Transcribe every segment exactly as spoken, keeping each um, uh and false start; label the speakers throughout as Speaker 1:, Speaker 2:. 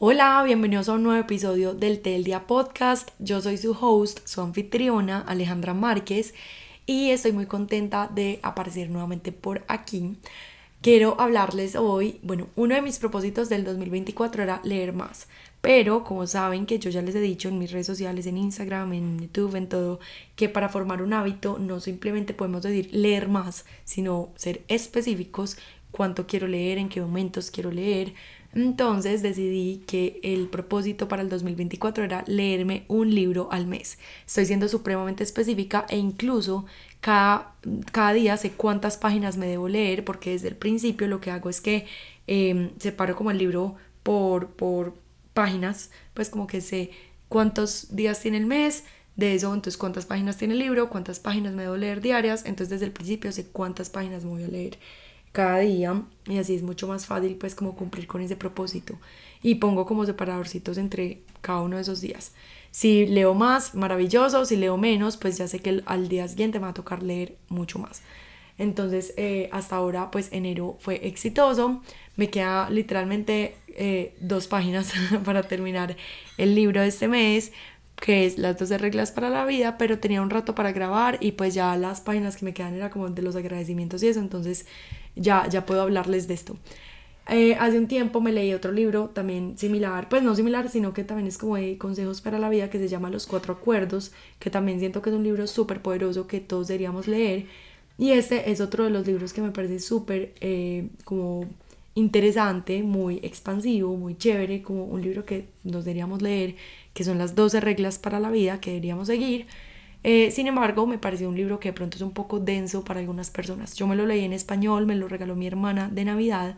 Speaker 1: Hola, bienvenidos a un nuevo episodio del Té del Día Podcast. Yo soy su host, su anfitriona, Alejandra Márquez, y estoy muy contenta de aparecer nuevamente por aquí. Quiero hablarles hoy, bueno, uno de mis propósitos del dos mil veinticuatro era leer más, pero como saben que yo ya les he dicho en mis redes sociales, en Instagram, en YouTube, en todo, que para formar un hábito no simplemente podemos decir leer más, sino ser específicos, cuánto quiero leer, en qué momentos quiero leer. Entonces decidí que el propósito para el dos mil veinticuatro era leerme un libro al mes. Estoy siendo supremamente específica e incluso cada, cada día sé cuántas páginas me debo leer, porque desde el principio lo que hago es que eh, separo como el libro por, por páginas, pues como que sé cuántos días tiene el mes, de eso entonces cuántas páginas tiene el libro, cuántas páginas me debo leer diarias, entonces desde el principio sé cuántas páginas me voy a leer cada día y así es mucho más fácil pues como cumplir con ese propósito y pongo como separadorcitos entre cada uno de esos días. Si leo más, maravilloso; si leo menos, pues ya sé que el, al día siguiente me va a tocar leer mucho más. Entonces eh, hasta ahora pues enero fue exitoso, me queda literalmente eh, dos páginas para terminar el libro de este mes, que es las doce reglas para la vida, pero tenía un rato para grabar y pues ya las páginas que me quedan era como de los agradecimientos y eso, entonces ya, ya puedo hablarles de esto. Eh, hace un tiempo me leí otro libro también similar, pues no similar, sino que también es como de consejos para la vida, que se llama Los Cuatro Acuerdos, que también siento que es un libro súper poderoso que todos deberíamos leer. Y este es otro de los libros que me parece súper eh, como interesante, muy expansivo, muy chévere, como un libro que nos deberíamos leer, que son las doce reglas para la vida que deberíamos seguir. Eh, sin embargo, me pareció un libro que de pronto es un poco denso para algunas personas. Yo me lo leí en español, me lo regaló mi hermana de Navidad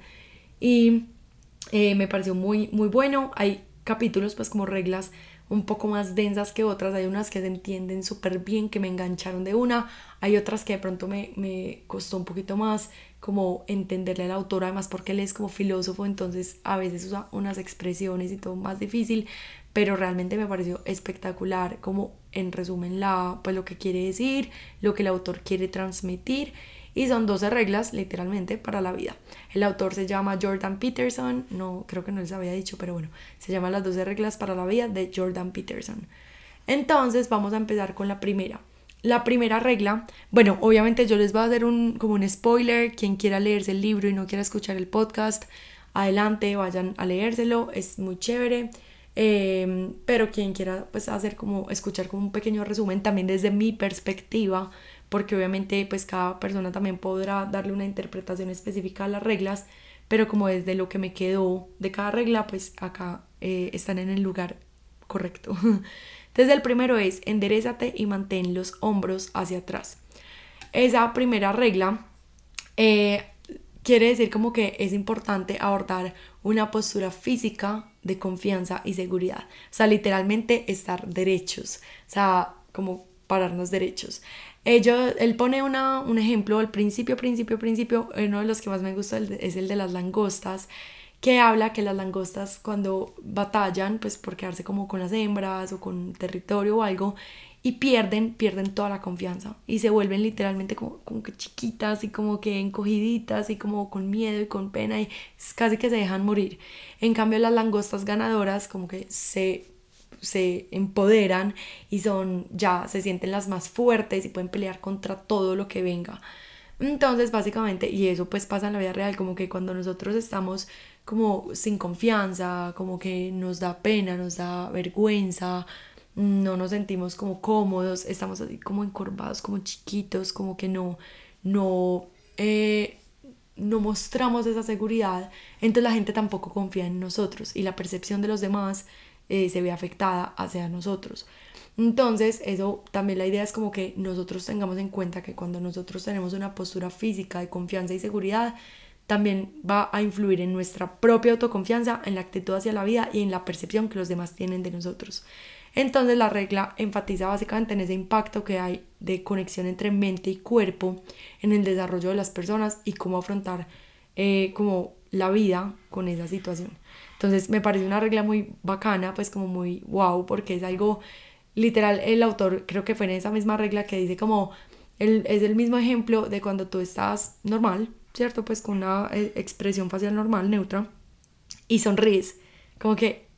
Speaker 1: y eh, me pareció muy, muy bueno. Hay capítulos, pues como reglas un poco más densas que otras. Hay unas que se entienden súper bien, que me engancharon de una. Hay otras que de pronto me, me costó un poquito más como entenderle al autor, además porque él es como filósofo, entonces a veces usa unas expresiones y todo más difícil, pero realmente me pareció espectacular como en resumen la, pues lo que quiere decir, lo que el autor quiere transmitir, y son doce reglas literalmente para la vida. El autor se llama Jordan Peterson, no creo que no les había dicho, pero bueno, se llama Las doce reglas para la vida de Jordan Peterson. Entonces vamos a empezar con la primera. La primera regla, bueno, obviamente yo les voy a hacer un, como un spoiler. Quien quiera leerse el libro y no quiera escuchar el podcast, adelante, vayan a leérselo, es muy chévere. Eh, pero quien quiera pues hacer como, escuchar como un pequeño resumen también desde mi perspectiva, porque obviamente pues cada persona también podrá darle una interpretación específica a las reglas, pero como desde lo que me quedó de cada regla, pues acá eh, están en el lugar correcto. Entonces el primero es: enderézate y mantén los hombros hacia atrás. Esa primera regla eh, quiere decir como que es importante abordar una postura física de confianza y seguridad. O sea, literalmente estar derechos. O sea, como pararnos derechos. Ellos, él pone una, un ejemplo, al principio, principio, principio, uno de los que más me gusta es el de las langostas, que habla que las langostas cuando batallan, pues por quedarse como con las hembras o con territorio o algo, y pierden, pierden toda la confianza y se vuelven literalmente como, como que chiquitas y como que encogiditas y como con miedo y con pena y casi que se dejan morir. En cambio las langostas ganadoras como que se se empoderan y son, ya se sienten las más fuertes y pueden pelear contra todo lo que venga. Entonces básicamente, y eso pues pasa en la vida real, como que cuando nosotros estamos como sin confianza, como que nos da pena, nos da vergüenza, no nos sentimos como cómodos, estamos así como encorvados, como chiquitos, como que no, no, eh, no mostramos esa seguridad, entonces la gente tampoco confía en nosotros y la percepción de los demás eh, se ve afectada hacia nosotros. Entonces, eso también, la idea es como que nosotros tengamos en cuenta que cuando nosotros tenemos una postura física de confianza y seguridad, también va a influir en nuestra propia autoconfianza, en la actitud hacia la vida y en la percepción que los demás tienen de nosotros. Entonces la regla enfatiza básicamente en ese impacto que hay de conexión entre mente y cuerpo en el desarrollo de las personas y cómo afrontar eh, como la vida con esa situación. Entonces me parece una regla muy bacana, pues como muy wow, porque es algo literal. El autor creo que fue en esa misma regla que dice como el, es el mismo ejemplo de cuando tú estás normal, ¿cierto? Pues con una eh, expresión facial normal, neutra, y sonríes, como que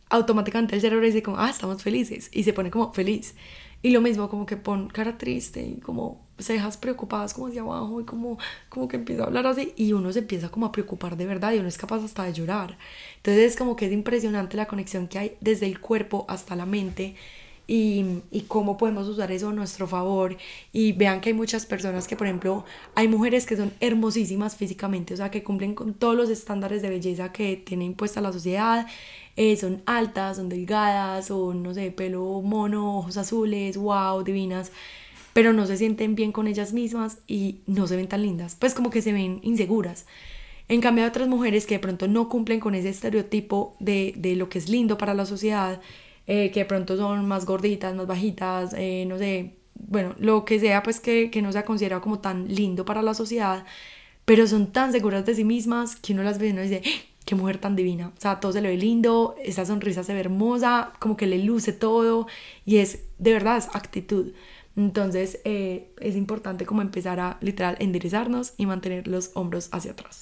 Speaker 1: automáticamente el cerebro dice como, ah, estamos felices, y se pone como feliz. Y lo mismo, como que pon cara triste y como cejas preocupadas como hacia abajo y como, como que empieza a hablar así y uno se empieza como a preocupar de verdad y uno es capaz hasta de llorar. Entonces es como que es impresionante la conexión que hay desde el cuerpo hasta la mente y, y cómo podemos usar eso a nuestro favor. Y vean que hay muchas personas que, por ejemplo, hay mujeres que son hermosísimas físicamente, o sea, que cumplen con todos los estándares de belleza que tiene impuesta la sociedad. Eh, son altas, son delgadas, son, no sé, pelo mono, ojos azules, wow, divinas, pero no se sienten bien con ellas mismas y no se ven tan lindas, pues como que se ven inseguras. En cambio hay otras mujeres que de pronto no cumplen con ese estereotipo de, de lo que es lindo para la sociedad, eh, que de pronto son más gorditas, más bajitas, eh, no sé, bueno, lo que sea, pues que, que no sea considerado como tan lindo para la sociedad, pero son tan seguras de sí mismas que uno las ve y uno dice, ¡ah! Qué mujer tan divina, o sea, todo se le ve lindo, esa sonrisa se ve hermosa, como que le luce todo y es, de verdad, es actitud. Entonces eh, es importante como empezar a literal enderezarnos y mantener los hombros hacia atrás.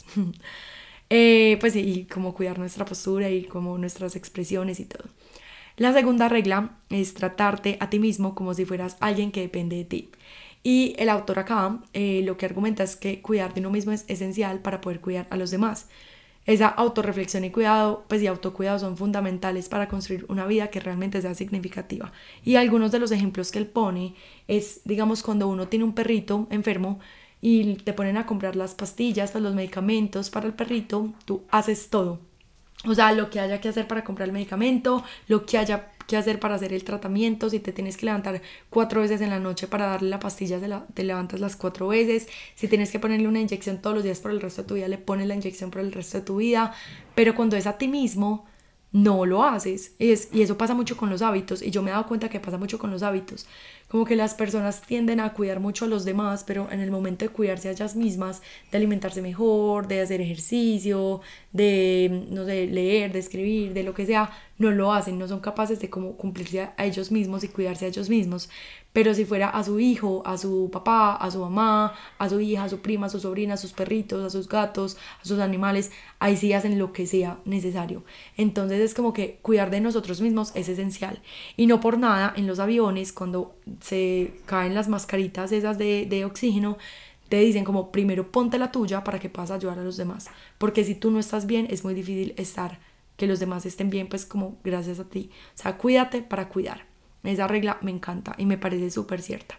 Speaker 1: eh, pues sí, y como cuidar nuestra postura y como nuestras expresiones y todo. La segunda regla es tratarte a ti mismo como si fueras alguien que depende de ti. Y el autor acá eh, lo que argumenta es que cuidar de uno mismo es esencial para poder cuidar a los demás. Esa autorreflexión y cuidado, pues y autocuidado son fundamentales para construir una vida que realmente sea significativa. Y algunos de los ejemplos que él pone es, digamos, cuando uno tiene un perrito enfermo y te ponen a comprar las pastillas, pues los medicamentos para el perrito, tú haces todo. O sea, lo que haya que hacer para comprar el medicamento, lo que haya que hacer para hacer el tratamiento, si te tienes que levantar cuatro veces en la noche para darle la pastilla, te, la, te levantas las cuatro veces, si tienes que ponerle una inyección todos los días por el resto de tu vida, le pones la inyección por el resto de tu vida, pero cuando es a ti mismo, no lo haces. Es, y eso pasa mucho con los hábitos, y yo me he dado cuenta que pasa mucho con los hábitos. Como que las personas tienden a cuidar mucho a los demás, pero en el momento de cuidarse a ellas mismas, de alimentarse mejor, de hacer ejercicio, de, no sé, leer, de escribir, de lo que sea, no lo hacen, no son capaces de como cumplirse a, a ellos mismos y cuidarse a ellos mismos. Pero si fuera a su hijo, a su papá, a su mamá, a su hija, a su prima, a su sobrina, a sus perritos, a sus gatos, a sus animales, ahí sí hacen lo que sea necesario. Entonces es como que cuidar de nosotros mismos es esencial. Y no por nada en los aviones, cuando se caen las mascaritas esas de, de oxígeno, te dicen como primero ponte la tuya para que puedas ayudar a los demás. Porque si tú no estás bien, es muy difícil estar, que los demás estén bien, pues como gracias a ti. O sea, cuídate para cuidar. Esa regla me encanta y me parece súper cierta.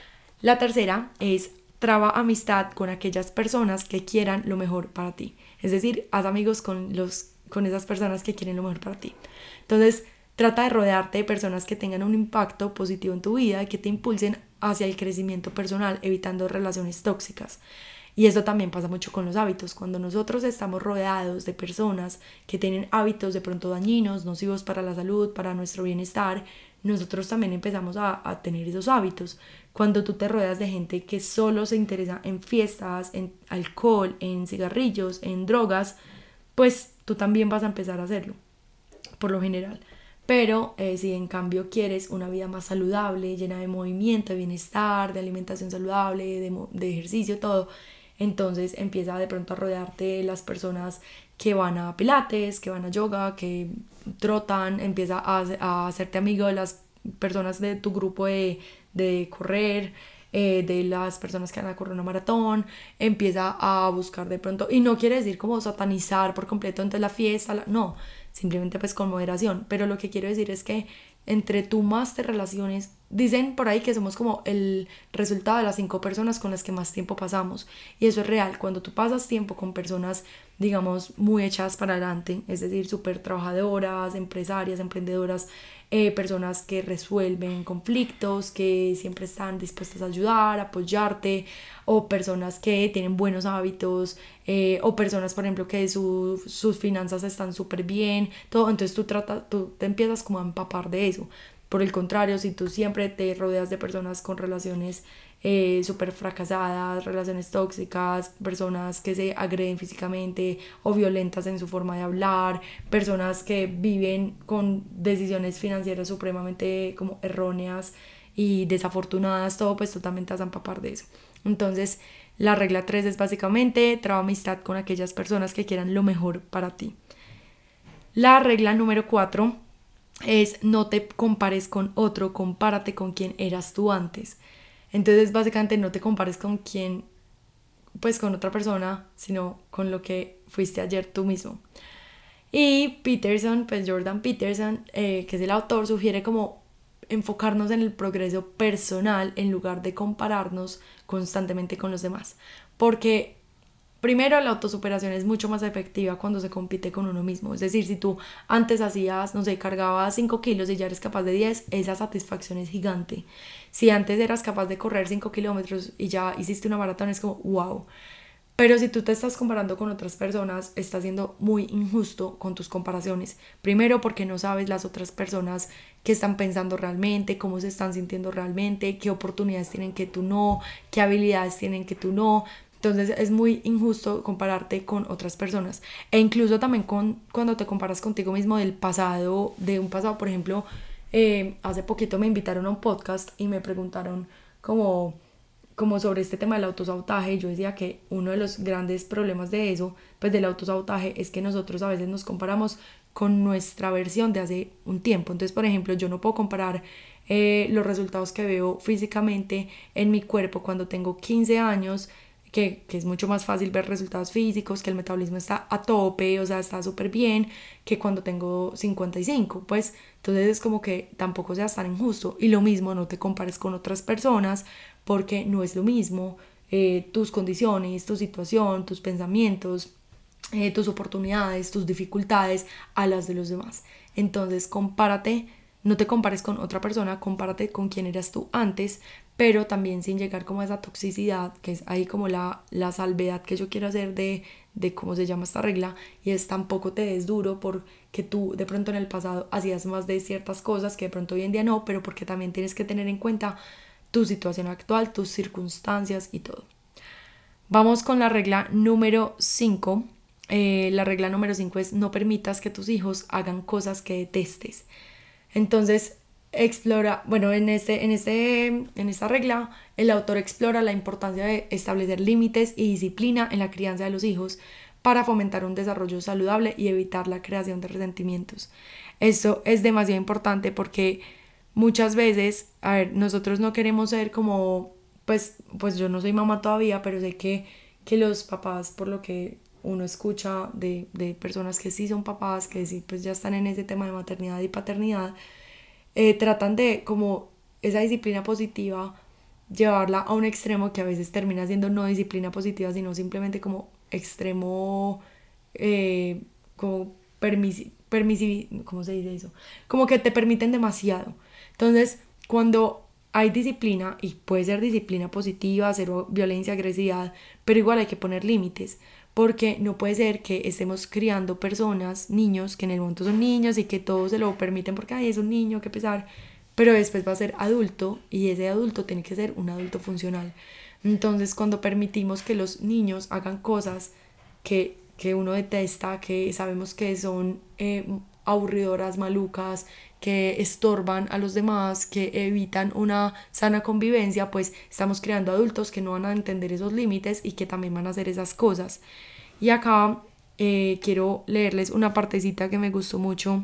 Speaker 1: La tercera es traba amistad con aquellas personas que quieran lo mejor para ti. Es decir, haz amigos con, los, con esas personas que quieren lo mejor para ti. Entonces, trata de rodearte de personas que tengan un impacto positivo en tu vida y que te impulsen hacia el crecimiento personal, evitando relaciones tóxicas. Y esto también pasa mucho con los hábitos. Cuando nosotros estamos rodeados de personas que tienen hábitos de pronto dañinos, nocivos para la salud, para nuestro bienestar, nosotros también empezamos a, a tener esos hábitos. Cuando tú te rodeas de gente que solo se interesa en fiestas, en alcohol, en cigarrillos, en drogas, pues tú también vas a empezar a hacerlo, por lo general. Pero eh, si en cambio quieres una vida más saludable, llena de movimiento, de bienestar, de alimentación saludable, de, de ejercicio, todo, entonces empieza de pronto a rodearte de las personas que van a pilates, que van a yoga, que trotan, empieza a, a hacerte amigo de las personas de tu grupo de, de correr, eh, de las personas que van a correr una maratón, empieza a buscar de pronto, y no quiere decir como satanizar por completo entonces la fiesta, la, no, simplemente pues con moderación, pero lo que quiero decir es que entre tú más te relaciones, dicen por ahí que somos como el resultado de las cinco personas con las que más tiempo pasamos, y eso es real. Cuando tú pasas tiempo con personas, digamos, muy echadas para adelante, es decir, súper trabajadoras, empresarias, emprendedoras, eh, personas que resuelven conflictos, que siempre están dispuestas a ayudar, a apoyarte, o personas que tienen buenos hábitos, eh, o personas, por ejemplo, que su, sus finanzas están súper bien, todo, entonces tú, trata, tú te empiezas como a empapar de eso. Por el contrario, si tú siempre te rodeas de personas con relaciones eh, súper fracasadas, relaciones tóxicas, personas que se agreden físicamente o violentas en su forma de hablar, personas que viven con decisiones financieras supremamente como erróneas y desafortunadas, todo, pues tú también te vas a empapar de eso. Entonces, la regla tres es básicamente traba amistad con aquellas personas que quieran lo mejor para ti. La regla número cuatro es no te compares con otro, compárate con quien eras tú antes. Entonces básicamente no te compares con quien, pues con otra persona, sino con lo que fuiste ayer tú mismo. Y Peterson, pues Jordan Peterson, eh, que es el autor, sugiere como enfocarnos en el progreso personal en lugar de compararnos constantemente con los demás. Porque primero, la autosuperación es mucho más efectiva cuando se compite con uno mismo. Es decir, si tú antes hacías, no sé, cargabas cinco kilos y ya eres capaz de diez, esa satisfacción es gigante. Si antes eras capaz de correr cinco kilómetros y ya hiciste una maratón, es como wow. Pero si tú te estás comparando con otras personas, estás siendo muy injusto con tus comparaciones. Primero porque no sabes las otras personas qué están pensando realmente, cómo se están sintiendo realmente, qué oportunidades tienen que tú no, qué habilidades tienen que tú no. Entonces es muy injusto compararte con otras personas. E incluso también con, cuando te comparas contigo mismo del pasado, de un pasado, por ejemplo, eh, hace poquito me invitaron a un podcast y me preguntaron como como sobre este tema del autosabotaje. Yo decía que uno de los grandes problemas de eso, pues del autosabotaje, es que nosotros a veces nos comparamos con nuestra versión de hace un tiempo. Entonces, por ejemplo, yo no puedo comparar eh, los resultados que veo físicamente en mi cuerpo cuando tengo quince años, que, que es mucho más fácil ver resultados físicos, que el metabolismo está a tope, o sea, está súper bien, que cuando tengo cincuenta y cinco, pues entonces es como que tampoco sea tan injusto. Y lo mismo, no te compares con otras personas, porque no es lo mismo eh, tus condiciones, tu situación, tus pensamientos, eh, tus oportunidades, tus dificultades a las de los demás. Entonces compárate, no te compares con otra persona, compárate con quien eras tú antes, pero también sin llegar como a esa toxicidad, que es ahí como la, la salvedad que yo quiero hacer de, de cómo se llama esta regla, y es tampoco te des duro porque tú de pronto en el pasado hacías más de ciertas cosas que de pronto hoy en día no, pero porque también tienes que tener en cuenta tu situación actual, tus circunstancias y todo. Vamos con la regla número cinco. Eh, la regla número cinco es no permitas que tus hijos hagan cosas que detestes. Entonces, explora, bueno, en, este, en, este, en esta regla el autor explora la importancia de establecer límites y disciplina en la crianza de los hijos para fomentar un desarrollo saludable y evitar la creación de resentimientos. Esto es demasiado importante porque muchas veces, a ver, nosotros no queremos ser como, pues, pues yo no soy mamá todavía, pero sé que, que los papás, por lo que uno escucha de, de personas que sí son papás, que sí pues ya están en ese tema de maternidad y paternidad, eh, tratan de como esa disciplina positiva llevarla a un extremo que a veces termina siendo no disciplina positiva, sino simplemente como extremo, eh, como permisi permisivi ¿cómo se dice eso? Como que te permiten demasiado. Entonces, cuando hay disciplina, y puede ser disciplina positiva, cero violencia, agresividad, pero igual hay que poner límites, porque no puede ser que estemos criando personas, niños, que en el momento son niños y que todos se lo permiten porque ay, es un niño, qué pesar, pero después va a ser adulto y ese adulto tiene que ser un adulto funcional. Entonces, cuando permitimos que los niños hagan cosas que, que uno detesta, que sabemos que son eh, aburridoras, malucas, que estorban a los demás, que evitan una sana convivencia, pues estamos creando adultos que no van a entender esos límites y que también van a hacer esas cosas. Y acá eh, quiero leerles una partecita que me gustó mucho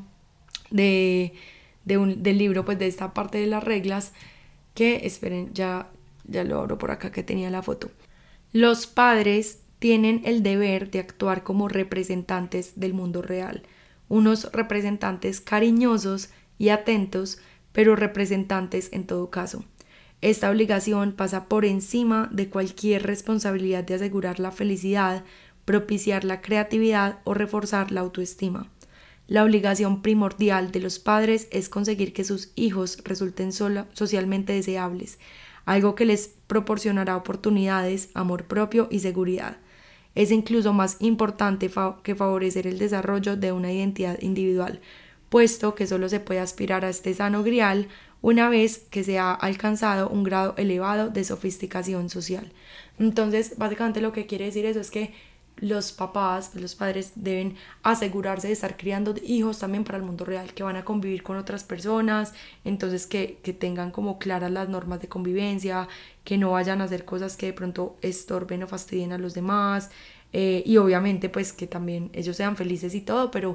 Speaker 1: de, de un, del libro, pues de esta parte de las reglas, que esperen, ya, ya lo abro por acá que tenía la foto. Los padres tienen el deber de actuar como representantes del mundo real, unos representantes cariñosos y atentos, pero representantes en todo caso. Esta obligación pasa por encima de cualquier responsabilidad de asegurar la felicidad, propiciar la creatividad o reforzar la autoestima. La obligación primordial de los padres es conseguir que sus hijos resulten solo, socialmente deseables, algo que les proporcionará oportunidades, amor propio y seguridad. Es incluso más importante fa- que favorecer el desarrollo de una identidad individual, puesto que solo se puede aspirar a este sano grial una vez que se ha alcanzado un grado elevado de sofisticación social. Entonces, básicamente lo que quiere decir eso es que los papás, los padres deben asegurarse de estar criando hijos también para el mundo real, que van a convivir con otras personas, entonces que, que tengan como claras las normas de convivencia, que no vayan a hacer cosas que de pronto estorben o fastidien a los demás, eh, y obviamente pues que también ellos sean felices y todo, pero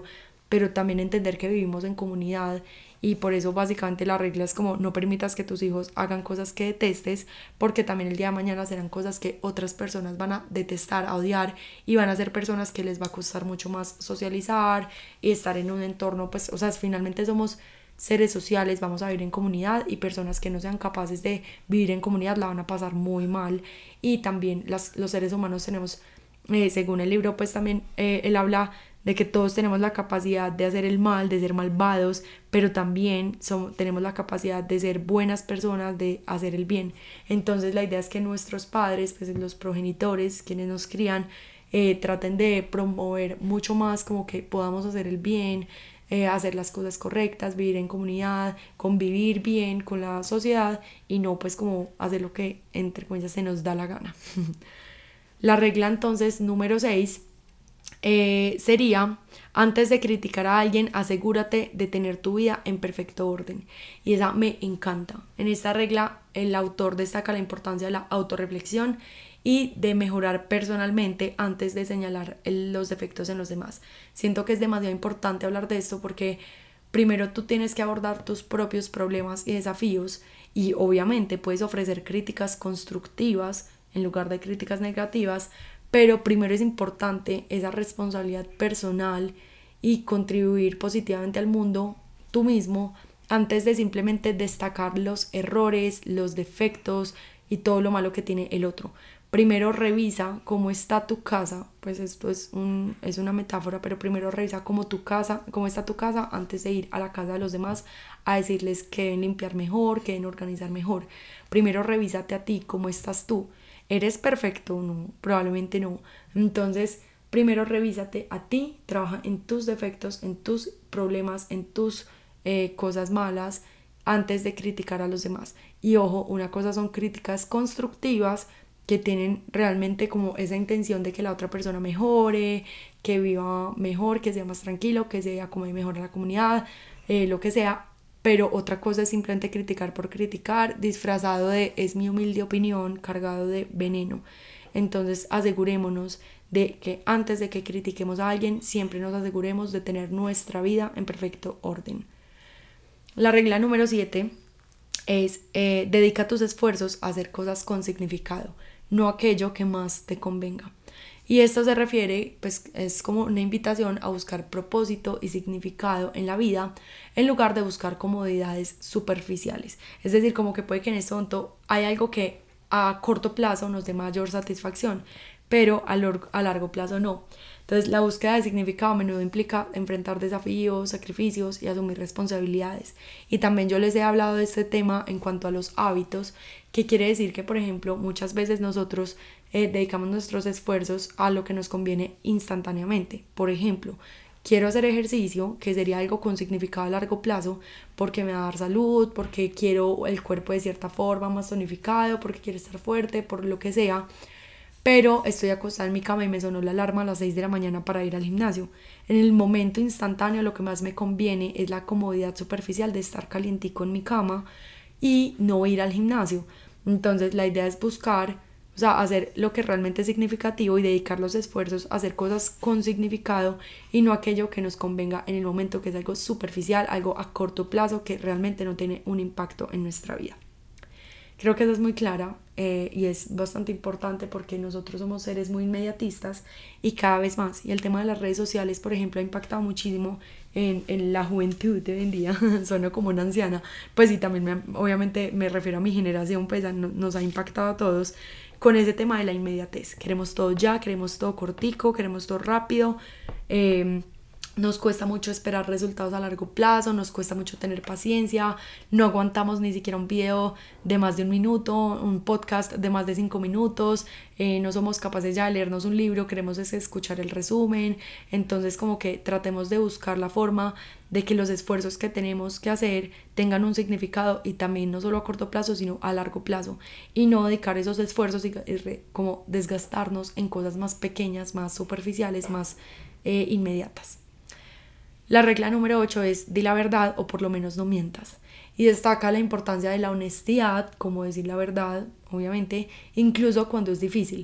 Speaker 1: pero también entender que vivimos en comunidad. Y por eso básicamente la regla es como no permitas que tus hijos hagan cosas que detestes, porque también el día de mañana serán cosas que otras personas van a detestar, a odiar, y van a ser personas que les va a costar mucho más socializar y estar en un entorno, pues, o sea, finalmente somos seres sociales, vamos a vivir en comunidad, y personas que no sean capaces de vivir en comunidad la van a pasar muy mal. Y también las, los seres humanos tenemos, eh, según el libro, pues también eh, él habla de que todos tenemos la capacidad de hacer el mal, de ser malvados, pero también somos, tenemos la capacidad de ser buenas personas, de hacer el bien. Entonces la idea es que nuestros padres, pues los progenitores, quienes nos crían, eh, traten de promover mucho más como que podamos hacer el bien, eh, hacer las cosas correctas, vivir en comunidad, convivir bien con la sociedad, y no pues como hacer lo que entre comillas se nos da la gana. La regla entonces número seis eh, sería: antes de criticar a alguien, asegúrate de tener tu vida en perfecto orden. Y esa me encanta. En esta regla el autor destaca la importancia de la autorreflexión y de mejorar personalmente antes de señalar el, los defectos en los demás. Siento que es demasiado importante hablar de esto porque primero tú tienes que abordar tus propios problemas y desafíos, y obviamente puedes ofrecer críticas constructivas en lugar de críticas negativas, pero primero es importante esa responsabilidad personal y contribuir positivamente al mundo tú mismo antes de simplemente destacar los errores, los defectos y todo lo malo que tiene el otro. Primero revisa cómo está tu casa, pues esto es, un, es una metáfora, pero primero revisa cómo, tu casa, cómo está tu casa antes de ir a la casa de los demás a decirles que deben limpiar mejor, que deben organizar mejor. Primero revísate a ti, cómo estás tú. ¿Eres perfecto? No, probablemente no. Entonces, primero revísate a ti, trabaja en tus defectos, en tus problemas, en tus eh, cosas malas, antes de criticar a los demás. Y ojo, una cosa son críticas constructivas que tienen realmente como esa intención de que la otra persona mejore, que viva mejor, que sea más tranquilo, que se acomode mejor a la comunidad, eh, lo que sea. Pero otra cosa es simplemente criticar por criticar, disfrazado de es mi humilde opinión, cargado de veneno. Entonces asegurémonos de que antes de que critiquemos a alguien, siempre nos aseguremos de tener nuestra vida en perfecto orden. La regla número siete es eh, dedica tus esfuerzos a hacer cosas con significado, no aquello que más te convenga. Y esto se refiere, pues es como una invitación a buscar propósito y significado en la vida en lugar de buscar comodidades superficiales. Es decir, como que puede que en este momento hay algo que a corto plazo nos dé mayor satisfacción, pero a, lor- a largo plazo no. Entonces la búsqueda de significado a menudo implica enfrentar desafíos, sacrificios y asumir responsabilidades. Y también yo les he hablado de este tema en cuanto a los hábitos, que quiere decir que, por ejemplo, muchas veces nosotros eh, dedicamos nuestros esfuerzos a lo que nos conviene instantáneamente. Por ejemplo, quiero hacer ejercicio, que sería algo con significado a largo plazo, porque me va a dar salud, porque quiero el cuerpo de cierta forma más tonificado, porque quiero estar fuerte, por lo que sea. Pero estoy acostada en mi cama y me sonó la alarma a las seis de la mañana para ir al gimnasio. En el momento instantáneo lo que más me conviene es la comodidad superficial de estar calientico en mi cama y no ir al gimnasio. Entonces la idea es buscar, o sea, hacer lo que realmente es significativo y dedicar los esfuerzos a hacer cosas con significado y no aquello que nos convenga en el momento, que es algo superficial, algo a corto plazo que realmente no tiene un impacto en nuestra vida. Creo que esa es muy clara eh, y es bastante importante porque nosotros somos seres muy inmediatistas y cada vez más. Y el tema de las redes sociales, por ejemplo, ha impactado muchísimo en, en la juventud de hoy en día. Sueno como una anciana. Pues sí, también me, obviamente me refiero a mi generación, pues no, nos ha impactado a todos con ese tema de la inmediatez. Queremos todo ya, queremos todo cortico, queremos todo rápido. Eh, Nos cuesta mucho esperar resultados a largo plazo, nos cuesta mucho tener paciencia, no aguantamos ni siquiera un video de más de un minuto, un podcast de más de cinco minutos, eh, no somos capaces ya de leernos un libro, queremos es escuchar el resumen. Entonces como que tratemos de buscar la forma de que los esfuerzos que tenemos que hacer tengan un significado, y también no solo a corto plazo sino a largo plazo, y no dedicar esos esfuerzos y, y re, como desgastarnos en cosas más pequeñas, más superficiales, más eh, inmediatas. La regla número ocho es di la verdad o por lo menos no mientas, y destaca la importancia de la honestidad, como decir la verdad, obviamente, incluso cuando es difícil.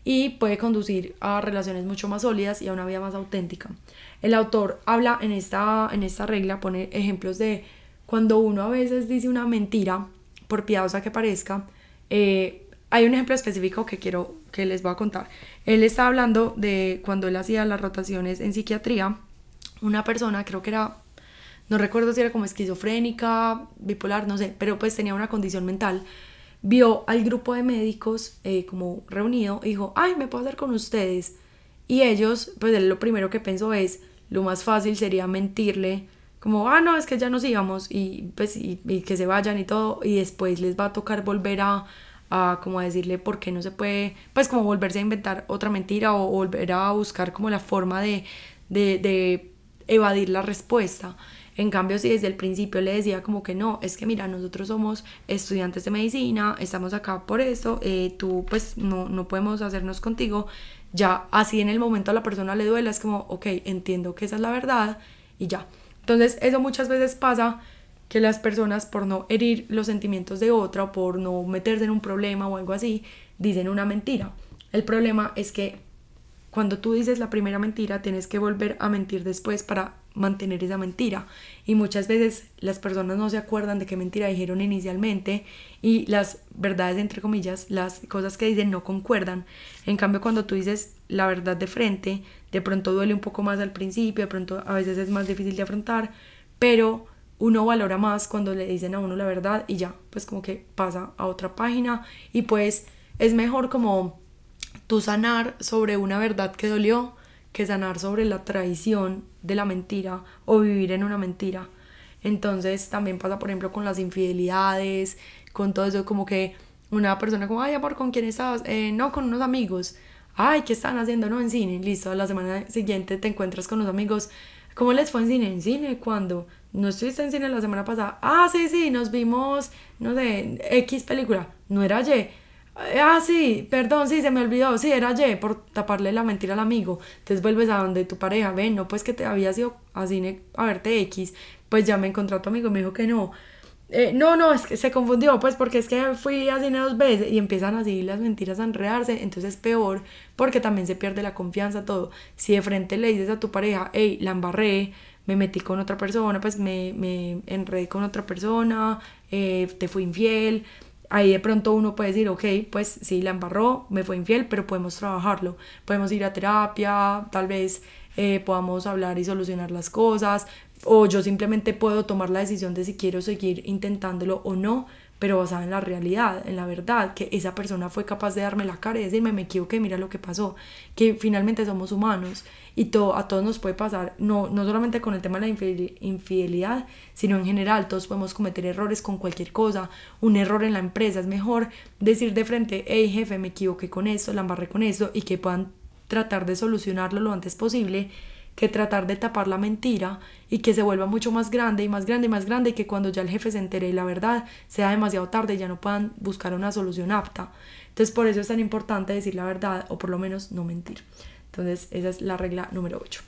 Speaker 1: y puede conducir a relaciones mucho más sólidas y a una vida más auténtica. El autor habla en esta, en esta regla, pone ejemplos de cuando uno a veces dice una mentira, por piadosa que parezca. eh, hay un ejemplo específico que quiero que les voy a contar. Él está hablando de cuando él hacía las rotaciones en psiquiatría, una persona, creo que era, no recuerdo si era como esquizofrénica, bipolar, no sé, pero pues tenía una condición mental, vio al grupo de médicos eh, como reunido y dijo, ay, ¿me puedo hacer con ustedes? Y ellos, pues él lo primero que pensó es, lo más fácil sería mentirle, como, ah, no, es que ya nos íbamos y pues y, y que se vayan y todo, y después les va a tocar volver a, a como a decirle por qué no se puede, pues como volverse a inventar otra mentira o, o volver a buscar como la forma de, de, de evadir la respuesta. En cambio, si desde el principio le decía como que no, es que mira, nosotros somos estudiantes de medicina, estamos acá por esto, eh, tú pues no, no podemos hacernos contigo, ya así en el momento a la persona le duela, es como, ok, entiendo que esa es la verdad y ya. Entonces eso muchas veces pasa, que las personas por no herir los sentimientos de otra o por no meterse en un problema o algo así, dicen una mentira. El problema es que cuando tú dices la primera mentira, tienes que volver a mentir después para mantener esa mentira. Y muchas veces las personas no se acuerdan de qué mentira dijeron inicialmente y las verdades, entre comillas, las cosas que dicen no concuerdan. En cambio, cuando tú dices la verdad de frente, de pronto duele un poco más al principio, de pronto a veces es más difícil de afrontar, pero uno valora más cuando le dicen a uno la verdad y ya, pues como que pasa a otra página y pues es mejor como tú sanar sobre una verdad que dolió que sanar sobre la traición de la mentira o vivir en una mentira. Entonces también pasa, por ejemplo, con las infidelidades, con todo eso, como que una persona como, ay, amor, ¿con quién estabas? Eh, no, con unos amigos. Ay, ¿qué están haciendo? No, en cine. Listo, la semana siguiente te encuentras con los amigos. ¿Cómo les fue en cine? ¿En cine? ¿Cuándo? ¿No estuviste en cine la semana pasada? Ah, sí, sí, nos vimos, no sé, X película. No era Y. Ah, sí, perdón, sí, se me olvidó, sí, era Y, por taparle la mentira al amigo. Entonces vuelves a donde tu pareja, ven, no, pues que te habías ido a cine a verte X, pues ya me encontró a tu amigo, me dijo que no. Eh, no, no, es que se confundió, pues porque es que fui a cine dos veces y empiezan así las mentiras a enredarse, entonces es peor porque también se pierde la confianza, todo. Si de frente le dices a tu pareja, hey, la embarré, me metí con otra persona, pues me, me enredé con otra persona, eh, te fui infiel. Ahí de pronto uno puede decir, ok, pues sí, la embarró, me fue infiel, pero podemos trabajarlo. Podemos ir a terapia, tal vez eh, podamos hablar y solucionar las cosas. O yo simplemente puedo tomar la decisión de si quiero seguir intentándolo o no, pero basada en la realidad, en la verdad, que esa persona fue capaz de darme la cara y decirme, me equivoqué, mira lo que pasó, que finalmente somos humanos y todo, a todos nos puede pasar, no, no solamente con el tema de la infidelidad, sino en general, todos podemos cometer errores con cualquier cosa, un error en la empresa, es mejor decir de frente, hey jefe, me equivoqué con esto, la embarré con esto, y que puedan tratar de solucionarlo lo antes posible, que tratar de tapar la mentira y que se vuelva mucho más grande y más grande y más grande y que cuando ya el jefe se entere de la verdad sea demasiado tarde y ya no puedan buscar una solución apta. Entonces por eso es tan importante decir la verdad o por lo menos no mentir. Entonces esa es la regla número ocho.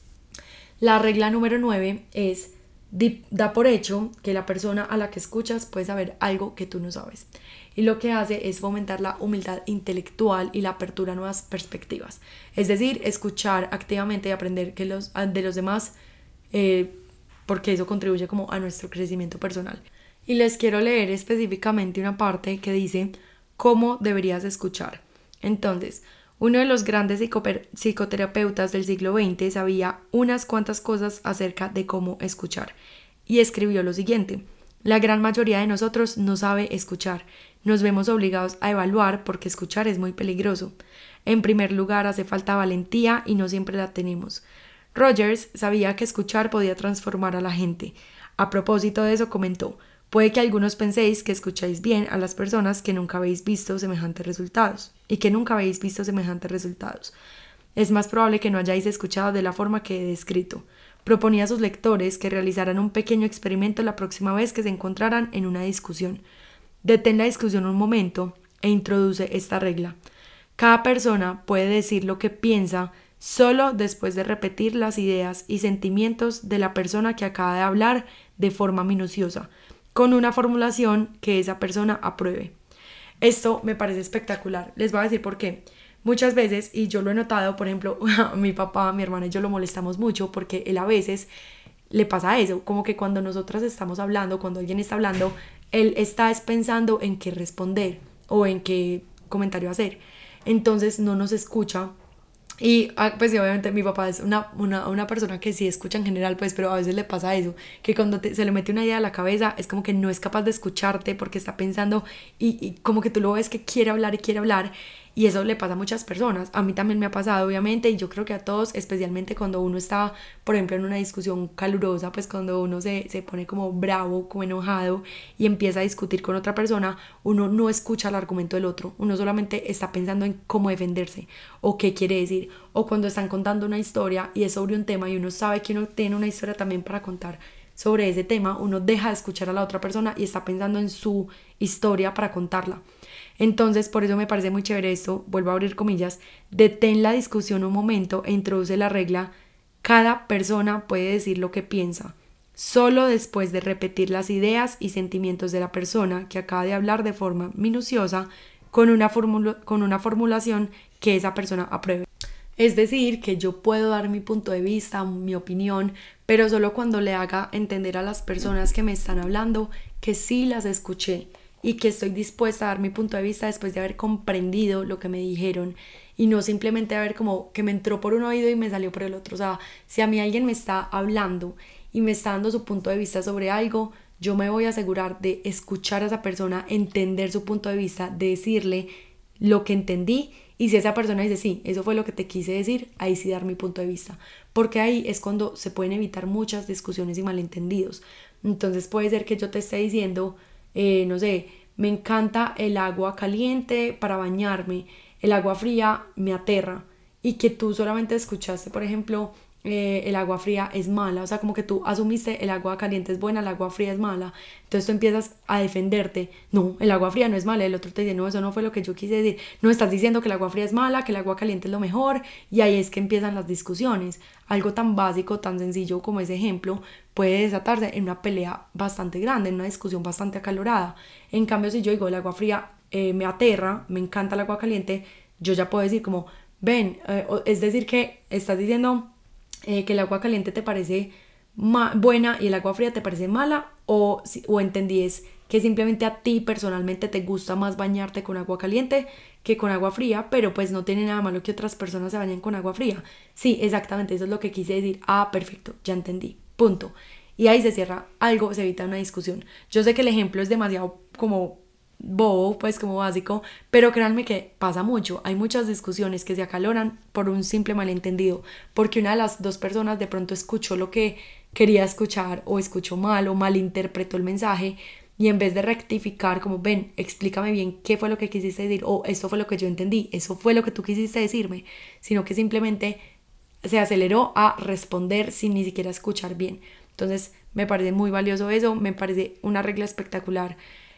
Speaker 1: La regla número nueve es da por hecho que la persona a la que escuchas puede saber algo que tú no sabes. Y lo que hace es fomentar la humildad intelectual y la apertura a nuevas perspectivas. Es decir, escuchar activamente y aprender que los, de los demás, eh, porque eso contribuye como a nuestro crecimiento personal. Y les quiero leer específicamente una parte que dice cómo deberías escuchar. Entonces, uno de los grandes psicoterapeutas del siglo veinte sabía unas cuantas cosas acerca de cómo escuchar y escribió lo siguiente: la gran mayoría de nosotros no sabe escuchar. Nos vemos obligados a evaluar porque escuchar es muy peligroso. En primer lugar, hace falta valentía y no siempre la tenemos. Rogers sabía que escuchar podía transformar a la gente. A propósito de eso comentó: puede que algunos penséis que escucháis bien a las personas que nunca habéis visto semejantes resultados y que nunca habéis visto semejantes resultados. Es más probable que no hayáis escuchado de la forma que he descrito. Proponía a sus lectores que realizaran un pequeño experimento la próxima vez que se encontraran en una discusión. Detén la discusión un momento e introduce esta regla. Cada persona puede decir lo que piensa solo después de repetir las ideas y sentimientos de la persona que acaba de hablar de forma minuciosa, con una formulación que esa persona apruebe. Esto me parece espectacular. Les voy a decir por qué. muchas veces, y yo lo he notado, por ejemplo, a mi papá, a mi hermana y yo lo molestamos mucho porque él a veces le pasa eso, como que cuando nosotras estamos hablando, cuando alguien está hablando, él está es pensando en qué responder o en qué comentario hacer. Entonces no nos escucha. Y ah, pues sí, obviamente mi papá es una, una, una persona que sí escucha en general, pues, pero a veces le pasa eso, que cuando te- se le mete una idea a la cabeza es como que no es capaz de escucharte porque está pensando y, y como que tú lo ves que quiere hablar y quiere hablar, y eso le pasa a muchas personas. A mí también me ha pasado, obviamente, y yo creo que a todos, especialmente cuando uno está, por ejemplo, en una discusión calurosa, pues cuando uno se, se pone como bravo, como enojado y empieza a discutir con otra persona, uno no escucha el argumento del otro, uno solamente está pensando en cómo defenderse o qué quiere decir, o cuando están contando una historia y es sobre un tema y uno sabe que uno tiene una historia también para contar sobre ese tema, uno deja de escuchar a la otra persona y está pensando en su historia para contarla. Entonces, por eso me parece muy chévere esto, vuelvo a abrir comillas, detén la discusión un momento e introduce la regla: cada persona puede decir lo que piensa, solo después de repetir las ideas y sentimientos de la persona que acaba de hablar de forma minuciosa con una, formula, con una formulación que esa persona apruebe. Es decir, que yo puedo dar mi punto de vista, mi opinión, pero solo cuando le haga entender a las personas que me están hablando que sí las escuché y que estoy dispuesta a dar mi punto de vista después de haber comprendido lo que me dijeron y no simplemente haber como que me entró por un oído y me salió por el otro. O sea, si a mí alguien me está hablando y me está dando su punto de vista sobre algo, yo me voy a asegurar de escuchar a esa persona, entender su punto de vista, de decirle lo que entendí, y si esa persona dice sí, eso fue lo que te quise decir, ahí sí dar mi punto de vista, porque ahí es cuando se pueden evitar muchas discusiones y malentendidos. Entonces puede ser que yo te esté diciendo, eh, no sé, me encanta el agua caliente para bañarme, el agua fría me aterra, y que tú solamente escuchaste, por ejemplo, eh, el agua fría es mala, o sea, como que tú asumiste el agua caliente es buena, el agua fría es mala, entonces tú empiezas a defenderte, no, el agua fría no es mala, el otro te dice, no, eso no fue lo que yo quise decir, no, estás diciendo que el agua fría es mala, que el agua caliente es lo mejor, y ahí es que empiezan las discusiones. Algo tan básico, tan sencillo como ese ejemplo puede desatarse en una pelea bastante grande, en una discusión bastante acalorada. En cambio, si yo digo el agua fría eh, me aterra, me encanta el agua caliente, yo ya puedo decir como, ven, eh, es decir que estás diciendo eh, que el agua caliente te parece ma- buena y el agua fría te parece mala, o, o entendí es que simplemente a ti personalmente te gusta más bañarte con agua caliente que con agua fría, pero pues no tiene nada malo que otras personas se bañen con agua fría. Sí, exactamente, eso es lo que quise decir. Ah, perfecto, ya entendí, punto. Y ahí se cierra algo, se evita una discusión. Yo sé que el ejemplo es demasiado como bobo, pues como básico, pero créanme que pasa mucho. Hay muchas discusiones que se acaloran por un simple malentendido, porque una de las dos personas de pronto escuchó lo que quería escuchar o escuchó mal o malinterpretó el mensaje, y en vez de rectificar como, ven, explícame bien qué fue lo que quisiste decir o esto fue lo que yo entendí, eso fue lo que tú quisiste decirme, sino que simplemente se aceleró a responder sin ni siquiera escuchar bien. Entonces me parece muy valioso eso, me parece una regla espectacular,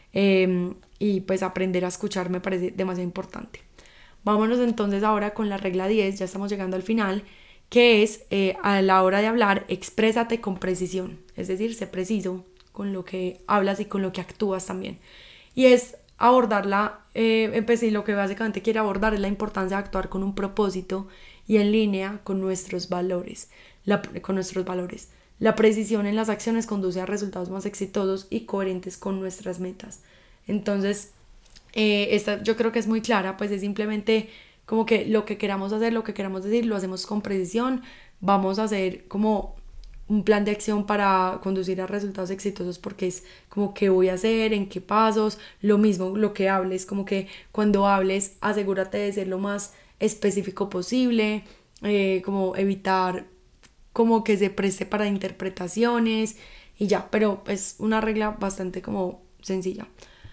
Speaker 1: eh, y pues aprender a escuchar me parece demasiado importante. Vámonos entonces ahora con la regla diez, ya estamos llegando al final, que es eh, a la hora de hablar, exprésate con precisión, es decir, sé preciso con lo que hablas y con lo que actúas también. Y es abordarla, eh, pues sí, lo que básicamente quiere abordar es la importancia de actuar con un propósito y en línea con nuestros valores, la, con nuestros valores. La precisión en las acciones conduce a resultados más exitosos y coherentes con nuestras metas. Entonces, eh, esta yo creo que es muy clara, pues es simplemente como que lo que queramos hacer, lo que queramos decir, lo hacemos con precisión, vamos a hacer como un plan de acción para conducir a resultados exitosos, porque es como qué voy a hacer, en qué pasos, lo mismo lo que hables, como que cuando hables asegúrate de ser lo más específico posible, eh, como evitar como que se preste para interpretaciones y ya, pero es una regla bastante como sencilla.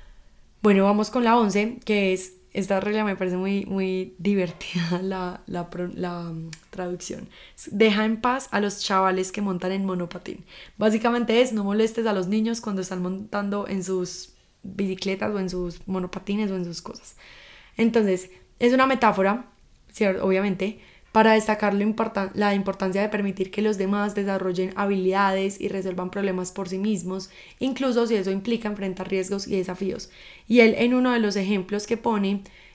Speaker 1: Bueno, vamos con la once, que es, esta regla me parece muy, muy divertida la, la, la um, traducción. Deja en paz a los chavales que montan en monopatín. Básicamente es, no molestes a los niños cuando están montando en sus bicicletas o en sus monopatines o en sus cosas. Entonces, es una metáfora, ¿cierto? Obviamente, para destacar lo importan- la importancia de permitir que los demás desarrollen habilidades y resuelvan problemas por sí mismos, incluso si eso implica enfrentar riesgos y desafíos. Y él, en uno de los ejemplos que pone,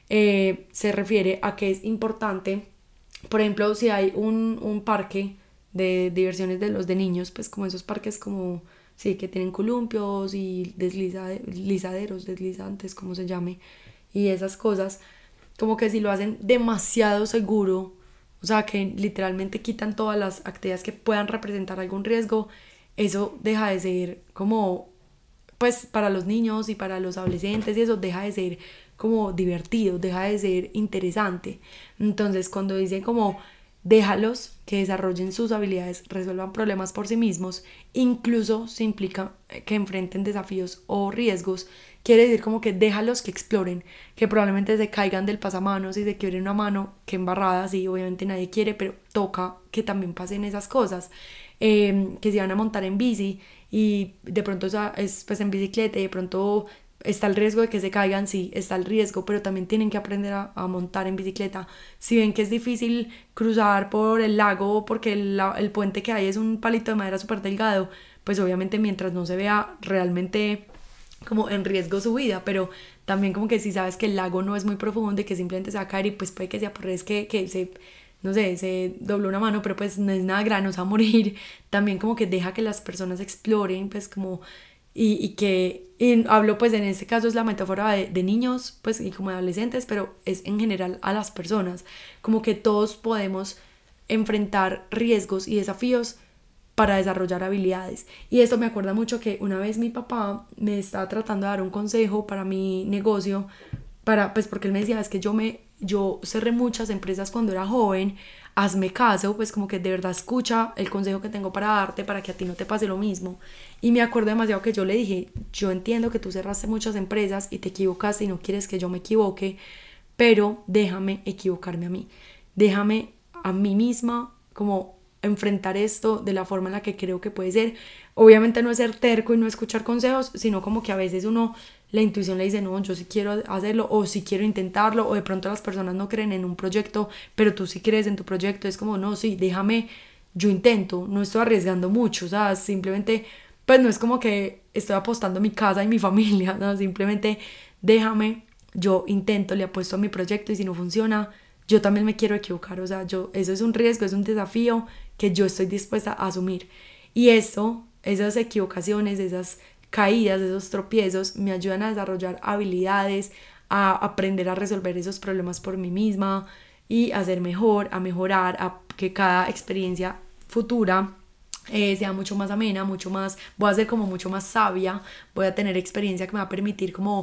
Speaker 1: eh, se refiere a que es importante, por ejemplo, si hay un, un parque de diversiones de los de niños, pues como esos parques como, sí, que tienen columpios y deslizaderos, deslizantes, como se llame, y esas cosas, como que si lo hacen demasiado seguro, o sea, que literalmente quitan todas las actividades que puedan representar algún riesgo, eso deja de ser como, pues para los niños y para los adolescentes y eso deja de ser como divertido, deja de ser interesante. Entonces cuando dicen como déjalos que desarrollen sus habilidades, resuelvan problemas por sí mismos, incluso si implica que enfrenten desafíos o riesgos, quiere decir como que déjalos que exploren, que probablemente se caigan del pasamanos y se quiebren una mano, que embarrada, sí, obviamente nadie quiere, pero toca que también pasen esas cosas, eh, que se van a montar en bici y de pronto es pues en bicicleta y de pronto está el riesgo de que se caigan, sí, está el riesgo, pero también tienen que aprender a, a montar en bicicleta. Si ven que es difícil cruzar por el lago porque el, el puente que hay es un palito de madera súper delgado, pues obviamente mientras no se vea realmente como en riesgo su vida, pero también como que si sabes que el lago no es muy profundo y que simplemente se va a caer y pues puede que sea por es que, que se, no sé, se dobló una mano, pero pues no es nada grave, no se va a morir, también como que deja que las personas exploren, pues como y, y que y hablo pues en este caso es la metáfora de, de niños pues y como de adolescentes, pero es en general a las personas, como que todos podemos enfrentar riesgos y desafíos para desarrollar habilidades. Y esto me acuerda mucho que una vez mi papá me estaba tratando de dar un consejo para mi negocio, para, pues porque él me decía, es que yo, me, yo cerré muchas empresas cuando era joven, hazme caso, pues como que de verdad escucha el consejo que tengo para darte para que a ti no te pase lo mismo. Y me acuerdo demasiado que yo le dije, yo entiendo que tú cerraste muchas empresas y te equivocaste y no quieres que yo me equivoque, pero déjame equivocarme a mí, déjame a mí misma como enfrentar esto de la forma en la que creo que puede ser. Obviamente no es ser terco y no escuchar consejos, sino como que a veces uno, la intuición le dice, no, yo sí quiero hacerlo o sí quiero intentarlo, o de pronto las personas no creen en un proyecto, pero tú sí crees en tu proyecto, es como, no, sí, déjame, yo intento, no estoy arriesgando mucho, o sea, simplemente, pues no es como que estoy apostando mi casa y mi familia, no, simplemente déjame, yo intento, le apuesto a mi proyecto y si no funciona, yo también me quiero equivocar, o sea, yo, eso es un riesgo, es un desafío que yo estoy dispuesta a asumir. Y esto, esas equivocaciones, esas caídas, esos tropiezos, me ayudan a desarrollar habilidades, a aprender a resolver esos problemas por mí misma y a ser mejor, a mejorar, a que cada experiencia futura eh, sea mucho más amena, mucho más, voy a ser como mucho más sabia, voy a tener experiencia que me va a permitir como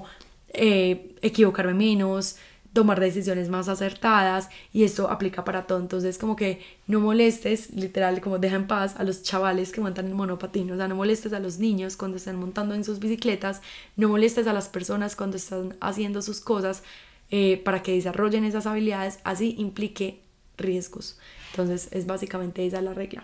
Speaker 1: eh, equivocarme menos, tomar decisiones más acertadas y esto aplica para todo. Entonces como que no molestes, literal, como deja en paz a los chavales que montan en monopatín, o sea, no molestes a los niños cuando están montando en sus bicicletas, no molestes a las personas cuando están haciendo sus cosas, eh, para que desarrollen esas habilidades, así implique riesgos. Entonces es básicamente esa la regla.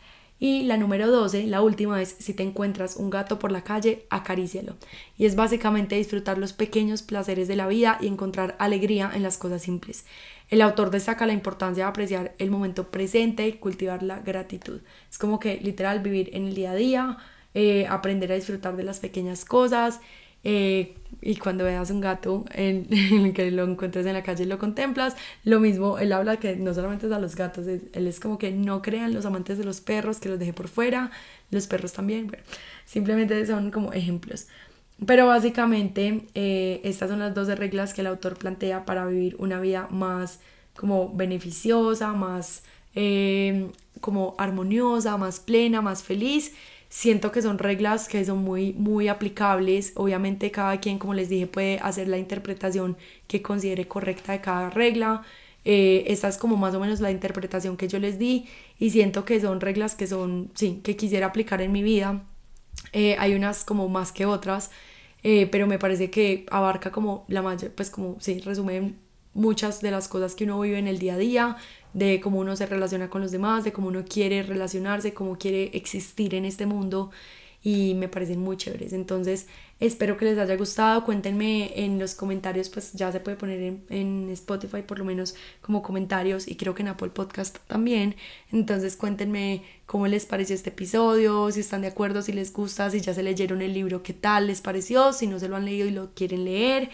Speaker 1: Y la número doce, la última, es si te encuentras un gato por la calle, acarícialo. Y es básicamente disfrutar los pequeños placeres de la vida y encontrar alegría en las cosas simples. El autor destaca la importancia de apreciar el momento presente y cultivar la gratitud. Es como que literal vivir en el día a día, eh, aprender a disfrutar de las pequeñas cosas. Eh, y cuando veas un gato en, en el que lo encuentres en la calle y lo contemplas, lo mismo, él habla que no solamente es a los gatos, es, él es como que no crean los amantes de los perros, que los deje por fuera, los perros también, bueno, simplemente son como ejemplos. Pero básicamente eh, estas son las doce reglas que el autor plantea para vivir una vida más como beneficiosa, más eh, como armoniosa, más plena, más feliz. Siento que son reglas que son muy, muy aplicables. Obviamente cada quien, como les dije, puede hacer la interpretación que considere correcta de cada regla. Eh, esta es como más o menos la interpretación que yo les di y siento que son reglas que son, sí, que quisiera aplicar en mi vida. Eh, hay unas como más que otras, eh, pero me parece que abarca como la mayor, pues como, sí, resume muchas de las cosas que uno vive en el día a día, de cómo uno se relaciona con los demás, de cómo uno quiere relacionarse, cómo quiere existir en este mundo y me parecen muy chéveres. Entonces espero que les haya gustado, cuéntenme en los comentarios, pues ya se puede poner en, en Spotify por lo menos como comentarios y creo que en Apple Podcast también. Entonces cuéntenme cómo les pareció este episodio, si están de acuerdo, si les gusta, si ya se leyeron el libro, qué tal les pareció, si no se lo han leído y lo quieren leer.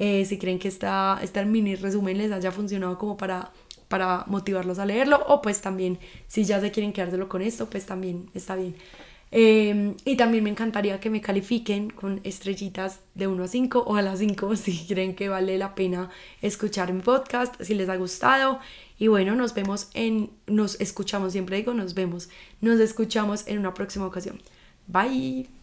Speaker 1: eh, si creen que esta, este mini resumen les haya funcionado como para, para motivarlos a leerlo, o pues también si ya se quieren quedárselo con esto, pues también está bien. Eh, y también me encantaría que me califiquen con estrellitas de uno a cinco o a las cinco si creen que vale la pena escuchar mi podcast, si les ha gustado. Y bueno, nos vemos en, nos escuchamos, siempre digo nos vemos, nos escuchamos en una próxima ocasión. Bye.